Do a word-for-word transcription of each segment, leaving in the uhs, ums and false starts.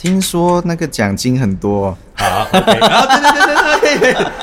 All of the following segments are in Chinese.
听说那个奖金很多。 好 ，OK， 好，对对对对对对。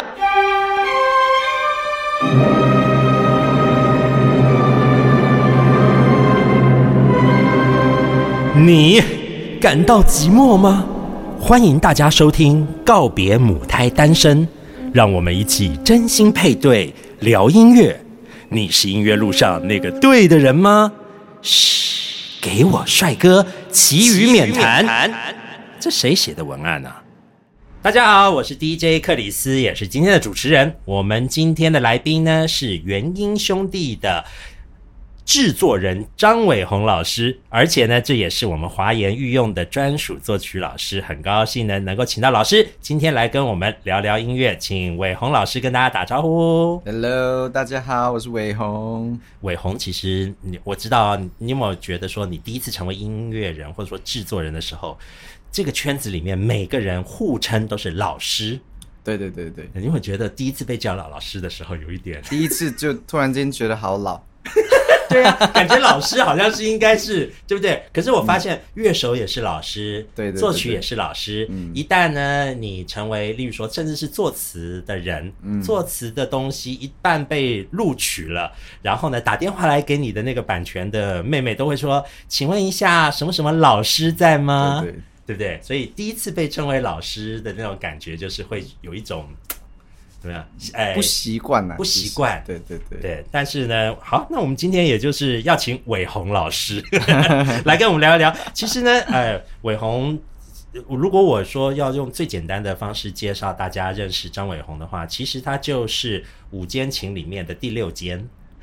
你感到寂寞吗？欢迎大家收听《告别母胎单身》，让我们一起真心配对聊音乐。你是音乐路上那个对的人吗？嘘，给我帅哥，其余免谈。这谁写的文案啊？大家好，我是 D J 克里斯，也是今天的主持人。我们今天的来宾呢是元音兄弟的制作人张伟鸿老师，而且呢这也是我们华研御用的专属作曲老师，很高兴呢能够请到老师今天来跟我们聊聊音乐，请伟鸿老师跟大家打招呼。 Hello， 大家好，我是伟鸿。 伟鸿，其实你我知道你有没有觉得说你第一次成为音乐人或者说制作人的时候，这个圈子里面每个人互称都是老师。 对对对对， 你会觉得第一次被叫老老师的时候有一点第一次就突然间觉得好老。 对啊，感觉老师好像是应该是对不对？可是我发现乐手也是老师， 对对对对， 作曲也是老师。嗯，一旦呢你成为例如说甚至是作词的人，嗯，作词的东西一旦被录取了，然后呢打电话来给你的那个版权的妹妹都会说，请问一下什么什么老师在吗？对对，对不对？所以第一次被称为老师的那种感觉就是会有一种怎么样？哎， 不习惯呐， 不习惯。 对对对对，但是呢，好，那我们今天也就是要请伟鸿老师来跟我们聊一聊。其实呢，呃，伟鸿，如果我说要用最简单的方式介绍大家认识张伟鸿的话，其实他就是五间琴里面的第六间。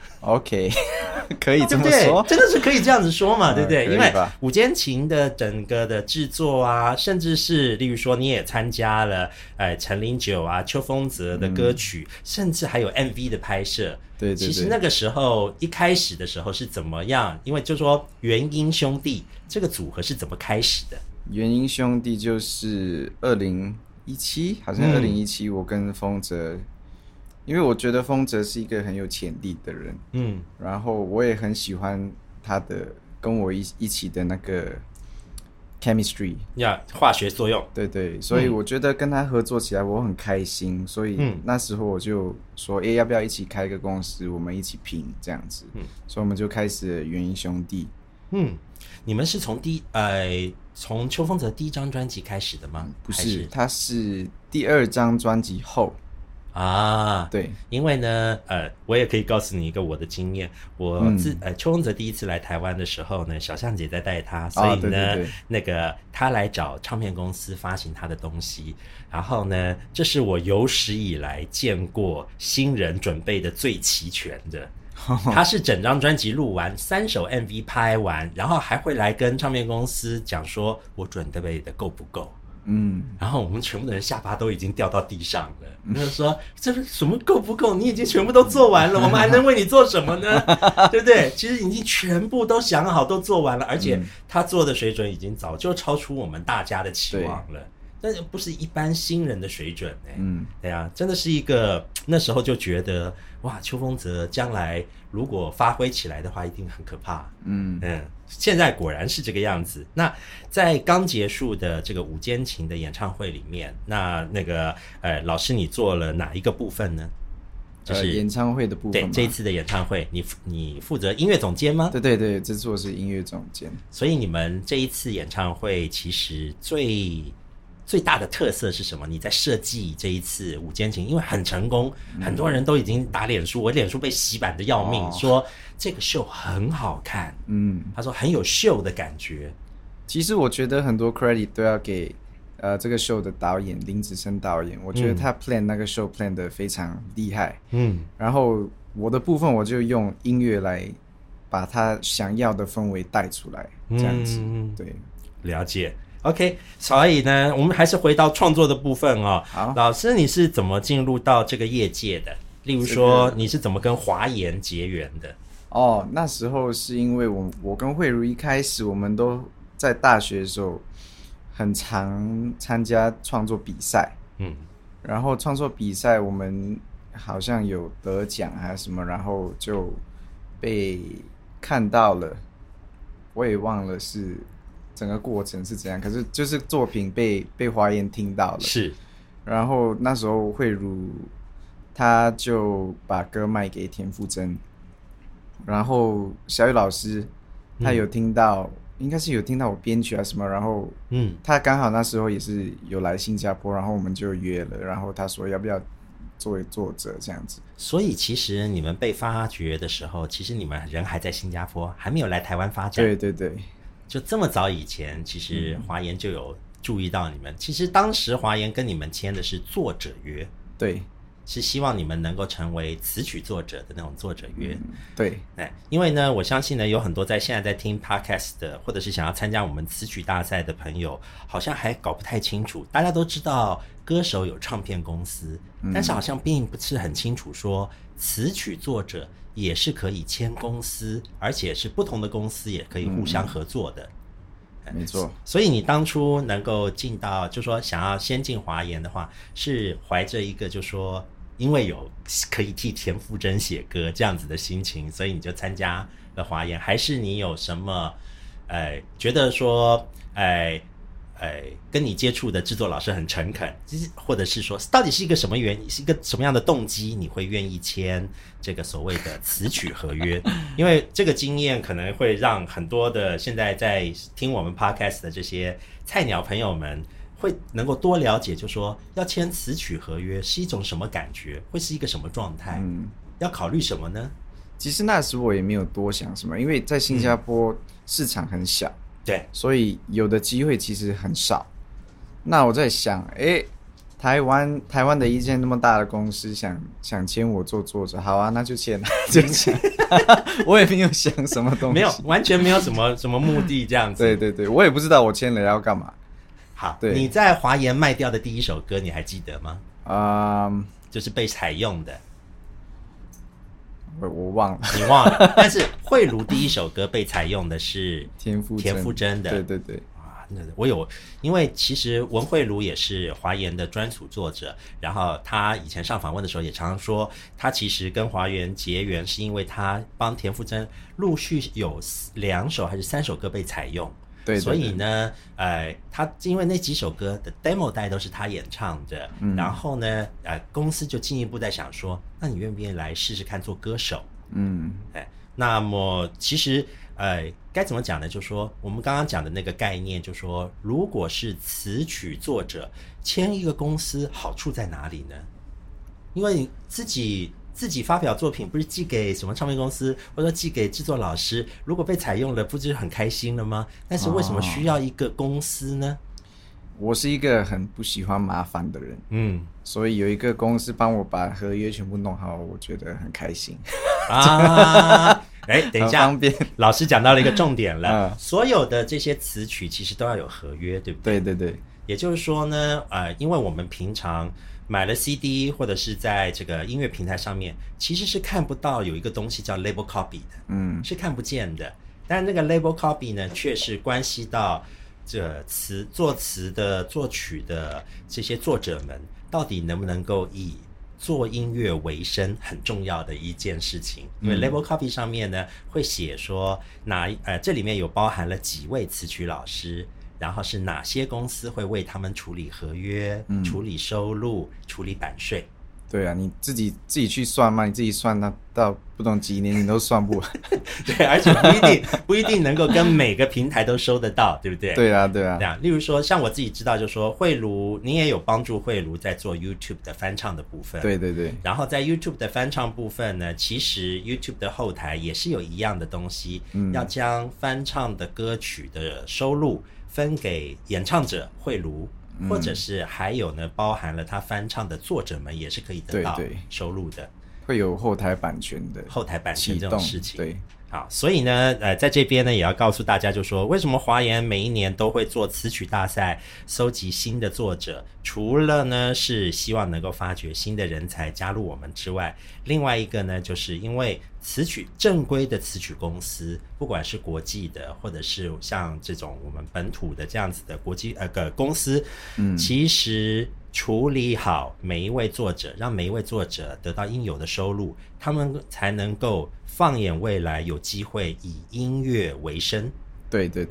OK， 可以这么说， 对，真的是可以这样子说嘛，对不对？ 嗯、 因为五间琴的整个的制作啊，甚至是例如说你也参加了呃陈零九啊、邱锋泽的歌曲、嗯，甚至还有 M V 的拍摄。 对对对， 其实那个时候一开始的时候是怎么样？因为就说元音兄弟这个组合是怎么开始的？ 元音兄弟就是二零一七，好像二零一七，我跟锋泽。因为我觉得锋泽是一个很有潜力的人，嗯，然后我也很喜欢他的跟我一一起的那个 chemistry， 呀，化学作用， 对对，所以我觉得跟他合作起来我很开心，所以那时候我就说，哎，要不要一起开一个公司，我们一起拼这样子，嗯，所以我们就开始了元音兄弟。 嗯，你们是从第呃从邱锋泽第一张专辑开始的吗？ 不是，他是第二张专辑后。 啊， 对， 因为呢，呃，我也可以告诉你一个我的经验。我自、嗯、呃，邱锋泽第一次来台湾的时候呢，小象姐在带他，所以呢，哦、对对对，那个他来找唱片公司发行他的东西。然后呢，这是我有史以来见过新人准备的最齐全的。他是整张专辑录完，三首 M V 拍完，然后还会来跟唱片公司讲说，我准备的够不够。嗯，然后我们全部的人下巴都已经掉到地上了。嗯、就说这是什么够不够？你已经全部都做完了，我们还能为你做什么呢？对不对？其实已经全部都想好，都做完了，而且他做的水准已经早就超出我们大家的期望了。但是不是一般新人的水准哎、欸，嗯，对啊，真的是一个那时候就觉得哇，邱锋泽将来如果发挥起来的话，一定很可怕，嗯嗯，现在果然是这个样子。那在刚结束的这个五间琴的演唱会里面，那那个呃，老师你做了哪一个部分呢？ 就是、呃、演唱会的部分。 对，这一次的演唱会，你你负责音乐总监吗？ 对对对，这次我是音乐总监。 所以你们这一次演唱会其实最最大的特色是什么？你在设计这一次五间琴，因为很成功、嗯，很多人都已经打脸书，我脸书被洗版的要命、哦，说这个秀很好看，嗯，他说很有秀的感觉。 其实我觉得很多 credit 都要给呃这个秀的导演林子生导演，我觉得他 plan 那个 show plan 得非常厉害，嗯，然后我的部分我就用音乐来把他想要的氛围带出来，这样子，嗯、对， 了解。OK， 所以呢，我们还是回到创作的部分哦。好，老师，你是怎么进入到这个业界的？例如说，你是怎么跟华研结缘的？ 哦，那时候是因为我我跟慧茹一开始我们都在大学的时候很常参加创作比赛，嗯，然后创作比赛我们好像有得奖还是什么，然后就被看到了，我也忘了是整个过程是怎样，可是就是作品被被华研听到了， 是， 然后那时候慧茹他就把歌卖给田馥甄，然后小雨老师他有听到、嗯、应该是有听到我编曲啊什么，然后嗯，他刚好那时候也是有来新加坡，然后我们就约了，然后他说要不要作为作者这样子。 所以其实你们被发掘的时候，其实你们人还在新加坡，还没有来台湾发展。 对对对， 就这么早以前，其实华研就有注意到你们、嗯、其实当时华研跟你们签的是作者约， 对， 是希望你们能够成为词曲作者的那种作者约、嗯、 对， 因为呢我相信呢有很多在现在在听 podcast 的，或者是想要参加我们词曲大赛的朋友，好像还搞不太清楚。大家都知道歌手有唱片公司、嗯、但是好像并不是很清楚说词曲作者也是可以签公司，而且是不同的公司也可以互相合作的、 嗯、没错。 所以你当初能够进到，就说想要先进华研的话，是怀着一个就说因为有可以替田馥甄写歌这样子的心情，所以你就参加了华研，还是你有什么呃觉得说呃呃跟你接触的制作老师很诚恳，或者是说到底是一个什么原因，是一个什么样的动机你会愿意签这个所谓的词曲合约？因为这个经验可能会让很多的现在在听我们 podcast 的这些菜鸟朋友们会能够多了解，就说要签词曲合约是一种什么感觉，会是一个什么状态、嗯、要考虑什么呢？ 其实那时我也没有多想什么，因为在新加坡市场很小、嗯、 对， 所以有的机会其实很少。那我在想，哎，台湾台湾的一间那么大的公司想想签我做作者，好啊，那就签就签我也没有想什么东西， 没有，完全没有什么什么目的这样子。 对对对，我也不知道我签了要干嘛。 好，你在华研卖掉的第一首歌你还记得吗？ 啊、um, 就是被采用的， 我我忘了， 你忘了。但是慧茹第一首歌被采用的是田馥田馥甄的， 对对对。 那我有，因为其实文慧茹也是华研的专属作者，然后他以前上访问的时候也常常说，他其实跟华研结缘是因为他帮田馥甄陆续有两首还是三首歌被采用。 对对对， 所以呢，呃，他因为那几首歌的 demo 带都是他演唱的、嗯，然后呢，呃，公司就进一步在想说，那你愿不愿意来试试看做歌手？嗯，哎，那么其实，呃，该怎么讲呢？就说我们刚刚讲的那个概念，就说如果是词曲作者签一个公司，好处在哪里呢？因为你自己。自己发表作品不是寄给什么唱片公司，或者说寄给制作老师，如果被采用了不就是很开心了吗？但是为什么需要一个公司呢？ 我是一个很不喜欢麻烦的人，嗯，所以有一个公司帮我把合约全部弄好，我觉得很开心啊。哎，等一下， 方便， 老师讲到了一个重点了、嗯、所有的这些词曲其实都要有合约，对不对？ 对对对， 也就是说呢，呃，因为我们平常买了 C D 或者是在这个音乐平台上面，其实是看不到有一个东西叫 label copy 的，嗯，是看不见的。但是那个 label copy 呢，却是关系到这词作词的、作曲的这些作者们，到底能不能够以做音乐为生，很重要的一件事情。因为 label copy 上面呢，会写说哪呃这里面有包含了几位词曲老师。然后是哪些公司会为他们处理合约、嗯、处理收入、处理版税？ 对啊，你自己自己去算嘛，你自己算，那到不懂几年你都算不完。 对，而且不一定不一定能够跟每个平台都收得到，对不对？ 对啊，对啊。 对啊，例如说，像我自己知道，就说慧茹，你也有帮助慧茹在做 YouTube 的翻唱的部分。 对对对。 然后在 YouTube 的翻唱部分呢，其实 YouTube 的后台也是有一样的东西，嗯、要将翻唱的歌曲的收入分给演唱者慧茹，或者是还有呢，包含了他翻唱的作者们也是可以得到收入的。 对对，会有后台版权的后台版权这种事情。 对， 好，所以呢，呃，在这边呢，也要告诉大家，就说为什么华研每一年都会做词曲大赛，收集新的作者，除了呢是希望能够发掘新的人才加入我们之外，另外一个呢，就是因为词曲正规的词曲公司，不管是国际的，或者是像这种我们本土的这样子的国际呃个公司，嗯，其实处理好每一位作者，让每一位作者得到应有的收入，他们才能够放眼未来有机会以音乐为生。 对对对，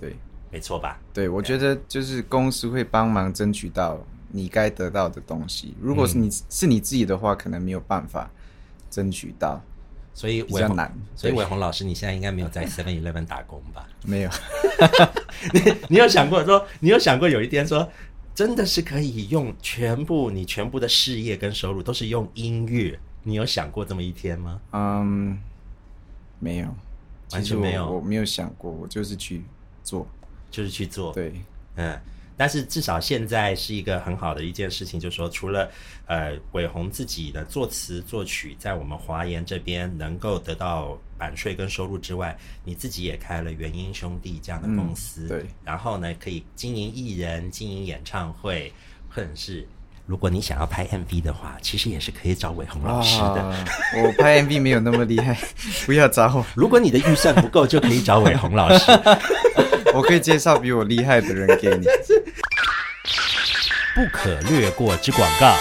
没错吧？ 对，我觉得就是公司会帮忙争取到你该得到的东西。如果是你、嗯、是你自己的话，可能没有办法争取到， 所以比较难。 所以伟鸿老师，你现在应该没有在 seven eleven 打工吧？ 没有。 你你有想过说，你有想过有一天说，真的是可以用全部你全部的事业跟收入都是用音乐？你有想过这么一天吗？ 嗯，没有， 完全没有。 我, 我没有想过，我就是去做。 就是去做， 对， 嗯，但是至少现在是一个很好的一件事情，就是说，除了呃伟鸿自己的作词作曲在我们华研这边能够得到版税跟收入之外，你自己也开了元音兄弟这样的公司， 嗯、对， 然后呢，可以经营艺人、经营演唱会，或者是如果你想要拍 M V 的话，其实也是可以找伟鸿老师的。 我拍 M V 没有那么厉害，不要找我。 如果你的预算不够，就可以找伟鸿老师。 我可以介绍比我厉害的人给你。 不可略过之广告。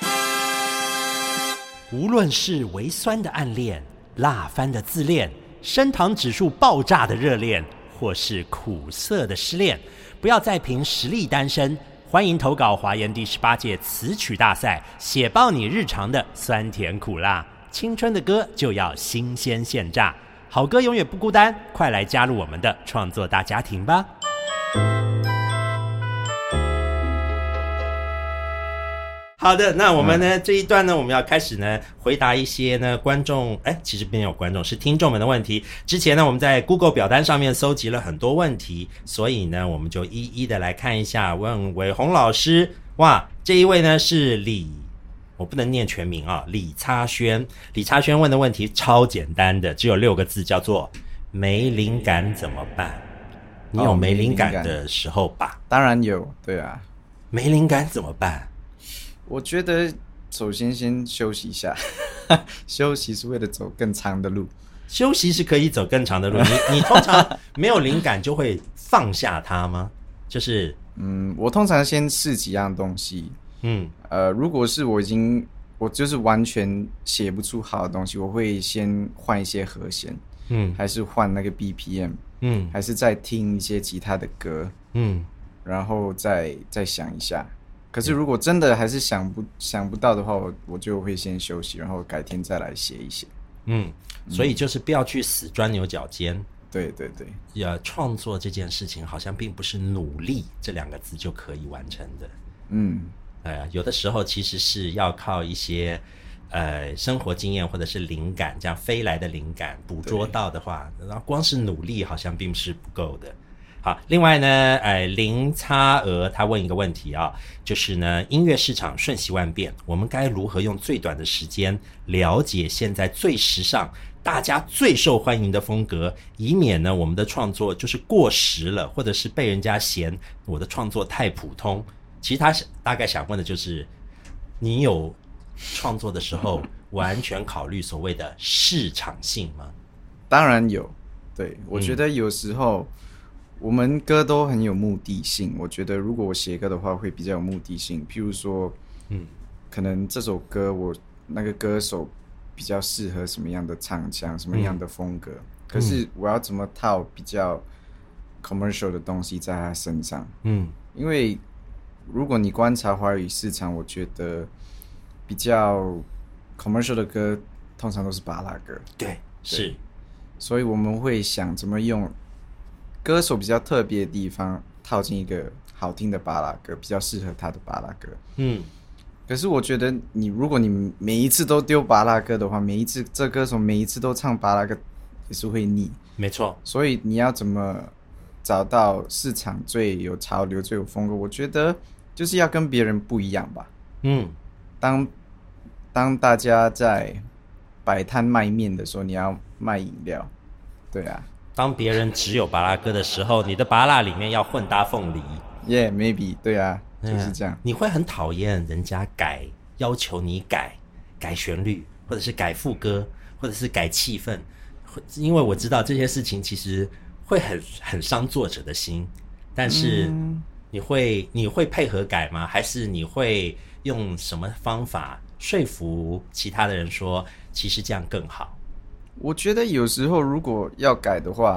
无论是微酸的暗恋、辣翻的自恋、升糖指数爆炸的热恋，或是苦涩的失恋，不要再凭实力单身。欢迎投稿华研第十八届词曲大赛，写爆你日常的酸甜苦辣。青春的歌就要新鲜现榨，好歌永远不孤单，快来加入我们的创作大家庭吧！好的，那我们呢、嗯、这一段呢，我们要开始呢回答一些呢观众，哎，其实没有观众，是听众们的问题。之前呢，我们在 Google 表单上面搜集了很多问题，所以呢，我们就一一的来看一下。问伟鸿老师，哇，这一位呢是李。我不能念全名啊，李擦轩。李擦轩问的问题超简单的，只有六个字，叫做没灵感怎么办？你有没灵感的时候吧？ 哦、当然有，对啊。 没灵感怎么办？ 我觉得首先先休息一下，休息是为了走更长的路。 休息是可以走更长的路。你你通常没有灵感就会放下它吗？就是嗯，我通常先试几样东西。 嗯， 呃，如果是我已经我就是完全写不出好的东西，我会先换一些和弦，嗯，还是换那个 B P M， 嗯，还是再听一些其他的歌，嗯，然后再再想一下。可是如果真的还是想不想不到的话，我我就会先休息，然后改天再来写一写。 嗯，所以就是不要去死钻牛角尖。 对对对， 呃，创作这件事情好像并不是努力这两个字就可以完成的。嗯。呃，有的时候其实是要靠一些呃生活经验或者是灵感，这样飞来的灵感捕捉到的话，然后光是努力好像并不是不够的。好，另外呢，呃，林擦娥他问一个问题啊，就是呢，音乐市场瞬息万变，我们该如何用最短的时间了解现在最时尚、大家最受欢迎的风格，以免呢我们的创作就是过时了，或者是被人家嫌我的创作太普通。其实他大概想问的就是，你有创作的时候完全考虑所谓的市场性吗？ 当然有，对，我觉得有时候我们歌都很有目的性。我觉得如果我写歌的话，会比较有目的性。譬如说，嗯，可能这首歌我那个歌手比较适合什么样的唱腔，什么样的风格，嗯、可是我要怎么套比较 commercial 的东西在他身上？嗯，因为如果你观察华语市场，我觉得比较 commercial 的歌通常都是芭乐歌。 对，是。 所以我们会想怎么用歌手比较特别的地方套进一个好听的芭乐歌，比较适合他的芭乐歌。嗯。可是我觉得你如果你每一次都丢芭乐歌的话，每一次这歌手每一次都唱芭乐歌也是会腻。 没错。 所以你要怎么找到市场最有潮流、最有风格？我觉得就是要跟别人不一样吧。嗯，当当大家在摆摊卖面的时候，你要卖饮料，对啊。 当别人只有芭乐歌的时候，你的芭乐里面要混搭凤梨。 Yeah, maybe， 对啊，就是这样。 你会很讨厌人家改，要求你改改旋律，或者是改副歌，或者是改气氛，因为我知道这些事情其实会很很伤作者的心。但是你会你会配合改吗？还是你会用什么方法说服其他的人说，其实这样更好？ 我觉得有时候如果要改的话，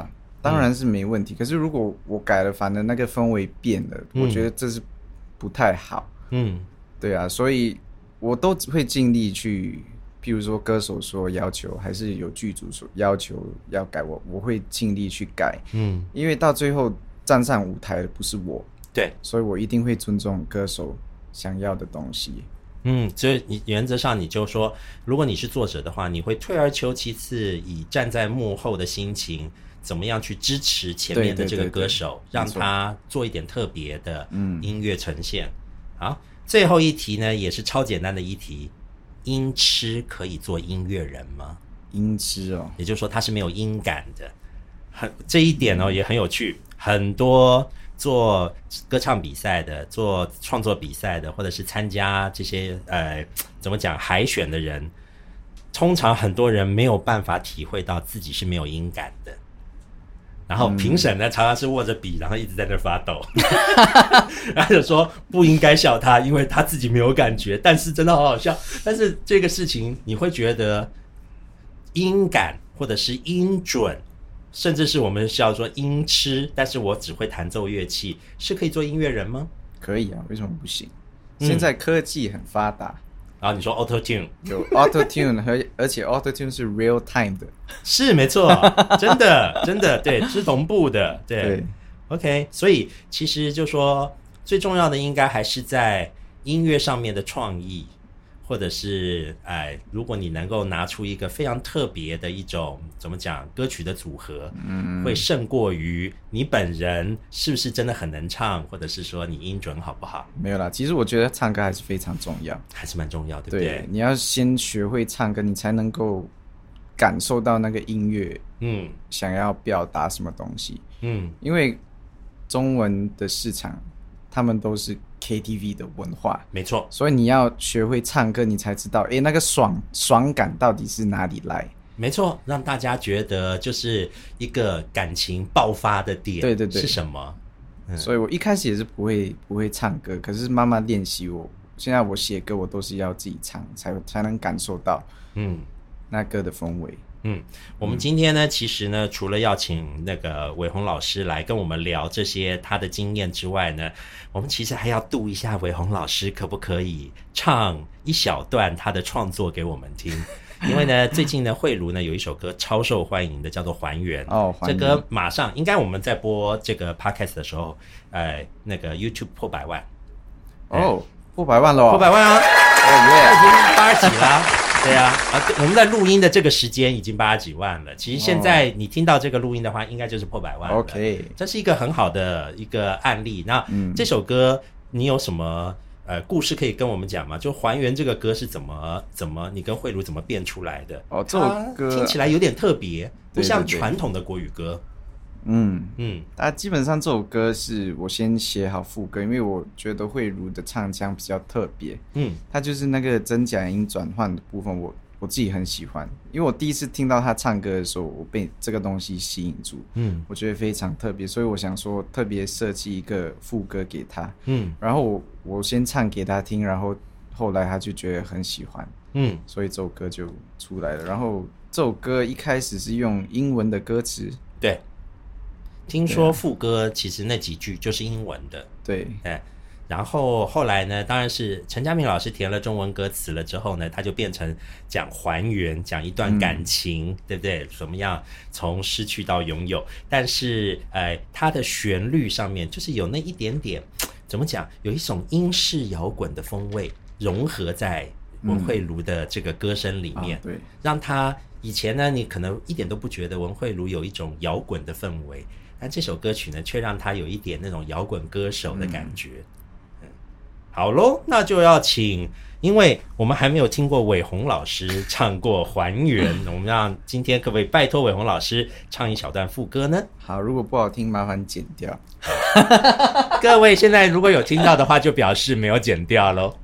当然是没问题。嗯、可是如果我改了，反正那个氛围变了，嗯、我觉得这是不太好。嗯，对啊，所以我都会尽力去，譬如说歌手说要求，还是有剧组说要求要改，我我会尽力去改。嗯，因为到最后站上舞台的不是我， 对， 所以我一定会尊重歌手想要的东西。 嗯，所以你原则上你就说，如果你是作者的话，你会退而求其次，以站在幕后的心情，怎么样去支持前面的这个歌手，对对对对，让他做一点特别的音乐呈现。嗯、好，最后一题呢，也是超简单的一题：音痴可以做音乐人吗？ 音痴哦， 也就是说他是没有音感的。很这一点哦也很有趣，很多做歌唱比赛的、做创作比赛的，或者是参加这些呃怎么讲海选的人，通常很多人没有办法体会到自己是没有音感的。然后评审呢、嗯、常常是握着笔，然后一直在那发抖，然后就说不应该笑他，因为他自己没有感觉。但是真的好好笑。但是这个事情你会觉得音感或者是音准，甚至是我们叫做音痴，但是我只会弹奏乐器，是可以做音乐人吗？ 可以啊，为什么不行？嗯、现在科技很发达， 然后你说 auto tune 有 auto tune 而且 auto tune 是 real time 的， 是没错，真的真的对，是同步的， 对, 对 OK， 所以其实就说最重要的应该还是在音乐上面的创意，或者是哎，如果你能够拿出一个非常特别的一种怎么讲歌曲的组合，嗯，会胜过于你本人是不是真的很能唱，或者是说你音准好不好。 没有啦，其实我觉得唱歌还是非常重要， 还是蛮重要，对不对？ 对，你要先学会唱歌，你才能够感受到那个音乐，嗯，想要表达什么东西，嗯，因为中文的市场他们都是 K T V 的文化， 没错， 所以你要学会唱歌，你才知道，哎，那个爽爽感到底是哪里来？ 没错，让大家觉得就是一个感情爆发的点， 对对对， 是什么？ 嗯、所以我一开始也是不会不会唱歌，可是慢慢练习，我现在我写歌我都是要自己唱，才才能感受到，嗯，那歌的氛围。 嗯，我们今天呢，其实呢，除了要请那个伟鸿老师来跟我们聊这些他的经验之外呢，我们其实还要度一下伟鸿老师可不可以唱一小段他的创作给我们听。因为呢，最近呢，慧茹呢有一首歌超受欢迎的，叫做《还原》。哦，这歌马上应该我们在播这个 podcast 的时候，呃，那个 YouTube 破百万。 哦，嗯、破百万了、哦， 破百万啊！哦耶，已经八十几啦。对啊，啊，我们在录音的这个时间已经八十几万了。其实现在你听到这个录音的话，应该就是破百万了。 OK， 这是一个很好的一个案例。那、嗯、这首歌你有什么呃故事可以跟我们讲吗？就还原这个歌是怎么怎么你跟慧茹怎么变出来的？ 哦，这首歌听起来有点特别，不像传统的国语歌。 嗯嗯，啊，基本上这首歌是我先写好副歌，因为我觉得慧茹的唱腔比较特别，嗯，它就是那个真假音转换的部分我，我我自己很喜欢，因为我第一次听到他唱歌的时候，我被这个东西吸引住，嗯，我觉得非常特别，所以我想说特别设计一个副歌给他，嗯，然后我我先唱给他听，然后后来他就觉得很喜欢，嗯，所以这首歌就出来了。然后这首歌一开始是用英文的歌词， 对。听说副歌其实那几句就是英文的， 对， 哎，然后后来呢，当然是陈嘉明老师填了中文歌词了之后呢，他就变成讲还原，讲一段感情，嗯、对不对？怎么样从失去到拥有？但是，呃，它的旋律上面就是有那一点点，怎么讲？有一种英式摇滚的风味融合在文慧茹的这个歌声里面， 嗯啊、对， 让他以前呢，你可能一点都不觉得文慧茹有一种摇滚的氛围。但这首歌曲呢，却让他有一点那种摇滚歌手的感觉。嗯，好咯，那就要请，因为我们还没有听过伟鸿老师唱过《还原》，我们让今天可不可以拜托伟鸿老师唱一小段副歌呢？ 好，如果不好听，麻烦剪掉。 各位现在如果有听到的话，就表示没有剪掉咯。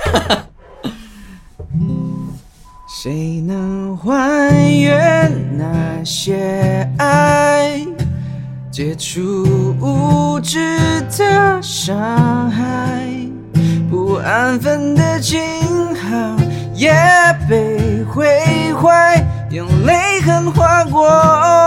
谁能还原那些爱？解除无知的伤害，不安分的静好也被毁坏，用泪痕划过了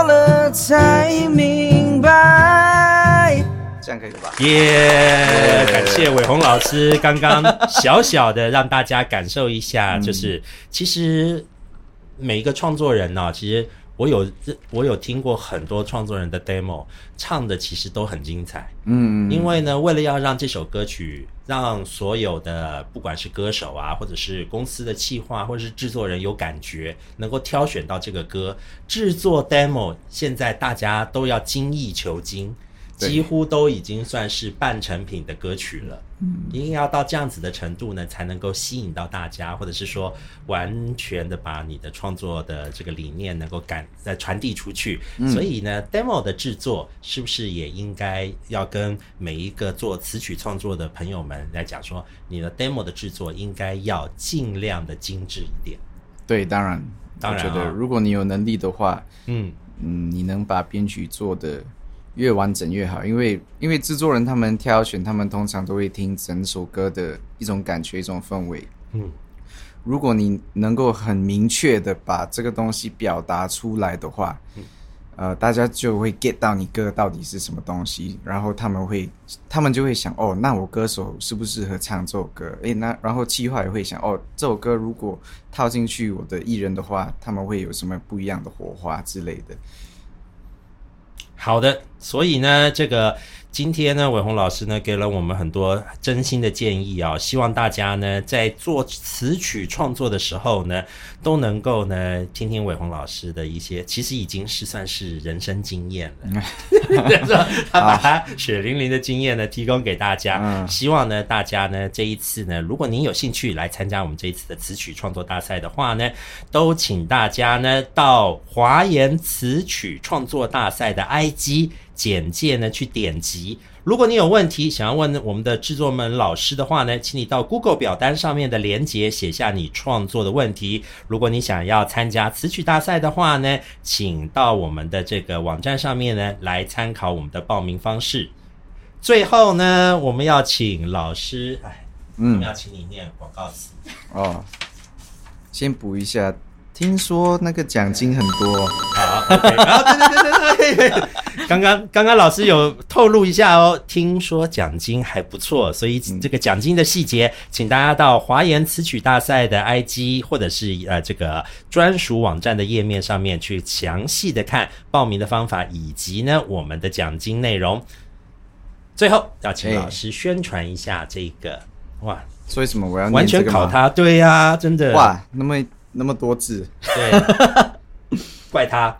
才明白。这样可以吧？ 耶、yeah, 感谢伟鸿老师刚刚小小的让大家感受一下，就是其实每一个创作人呢、啊，其实我有我有听过很多创作人的 demo， 唱的其实都很精彩。嗯，因为呢，为了要让这首歌曲让所有的不管是歌手啊，或者是公司的企划，或者是制作人有感觉，能够挑选到这个歌，制作 demo， 现在大家都要精益求精。几乎都已经算是半成品的歌曲了，嗯，一定要到这样子的程度呢，才能够吸引到大家，或者是说完全的把你的创作的这个理念能够感再传递出去。嗯、所以呢 ，demo 的制作是不是也应该要跟每一个做词曲创作的朋友们来讲说，你的 demo 的制作应该要尽量的精致一点？ 对，当然， 当然、哦， 我觉得如果你有能力的话，嗯嗯，你能把编曲做的越完整越好，因为因为制作人他们挑选，他们通常都会听整首歌的一种感觉、一种氛围。嗯，如果你能够很明确的把这个东西表达出来的话，嗯、呃，大家就会 get 到你歌到底是什么东西，然后他们会，他们就会想，哦，那我歌手适不适合唱这首歌？诶，那然后企划也会想，哦，这首歌如果套进去我的艺人的话，他们会有什么不一样的火花之类的。 好的，所以呢，这个今天呢，伟鸿老师呢给了我们很多真心的建议啊、哦，希望大家呢在做词曲创作的时候呢，都能够呢听听伟鸿老师的一些，其实已经是算是人生经验了。他把他血淋淋的经验呢提供给大家，嗯、希望呢大家呢这一次呢，如果您有兴趣来参加我们这一次的词曲创作大赛的话呢，都请大家呢到华研词曲创作大赛的 I G 简介呢去点击。如果你有问题想要问我们的制作们老师的话呢，请你到 Google 表单上面的连结写下你创作的问题。如果你想要参加词曲大赛的话呢，请到我们的这个网站上面呢来参考我们的报名方式。最后呢，我们要请老师，哎，嗯，我们要请你念广告词。 哦，先补一下。听说那个奖金很多， 好 ，OK， 啊，对对对对对，刚刚刚刚老师有透露一下哦，听说奖金还不错，所以这个奖金的细节，请大家到华研词曲大赛的 I G 或者是呃这个专属网站的页面上面去详细的看报名的方法以及呢我们的奖金内容。最后要请老师宣传一下这个，哇， 所以什么我要念完全考他，对呀、啊，真的， 哇，那么。那么多字， 对，怪他。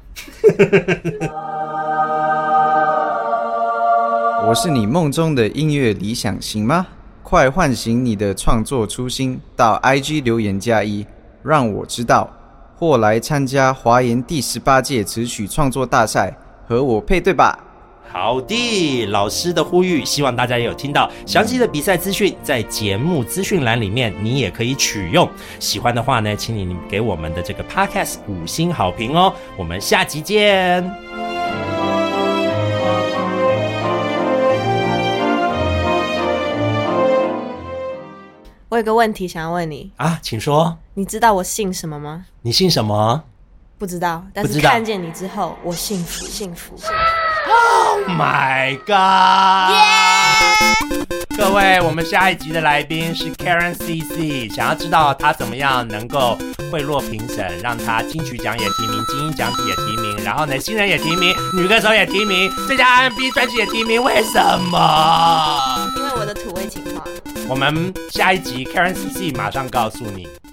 我是你梦中的音乐理想型吗？快唤醒你的创作初心，到 I G 留言加一，让我知道，或来参加华研第十八届词曲创作大赛，和我配对吧。 好的，老师的呼吁，希望大家也有听到。详细的比赛资讯在节目资讯栏里面，你也可以取用。喜欢的话呢，请你给我们的这个 Podcast 五星好评哦。我们下集见。 我有个问题想要问你啊，请说。 你知道我姓什么吗？ 你姓什么？ 不知道，但是看见你之后，我幸福，幸福，幸福。 Oh my god！ 耶！ 各位，我们下一集的来宾是 Karen C C， 想要知道他怎么样能够贿赂评审，让他金曲奖也提名，金鹰奖也提名，然后呢，新人也提名，女歌手也提名，最佳 R and B 专辑也提名，为什么？ 因为我的土味情话。 我们下一集 Karen C C 马上告诉你。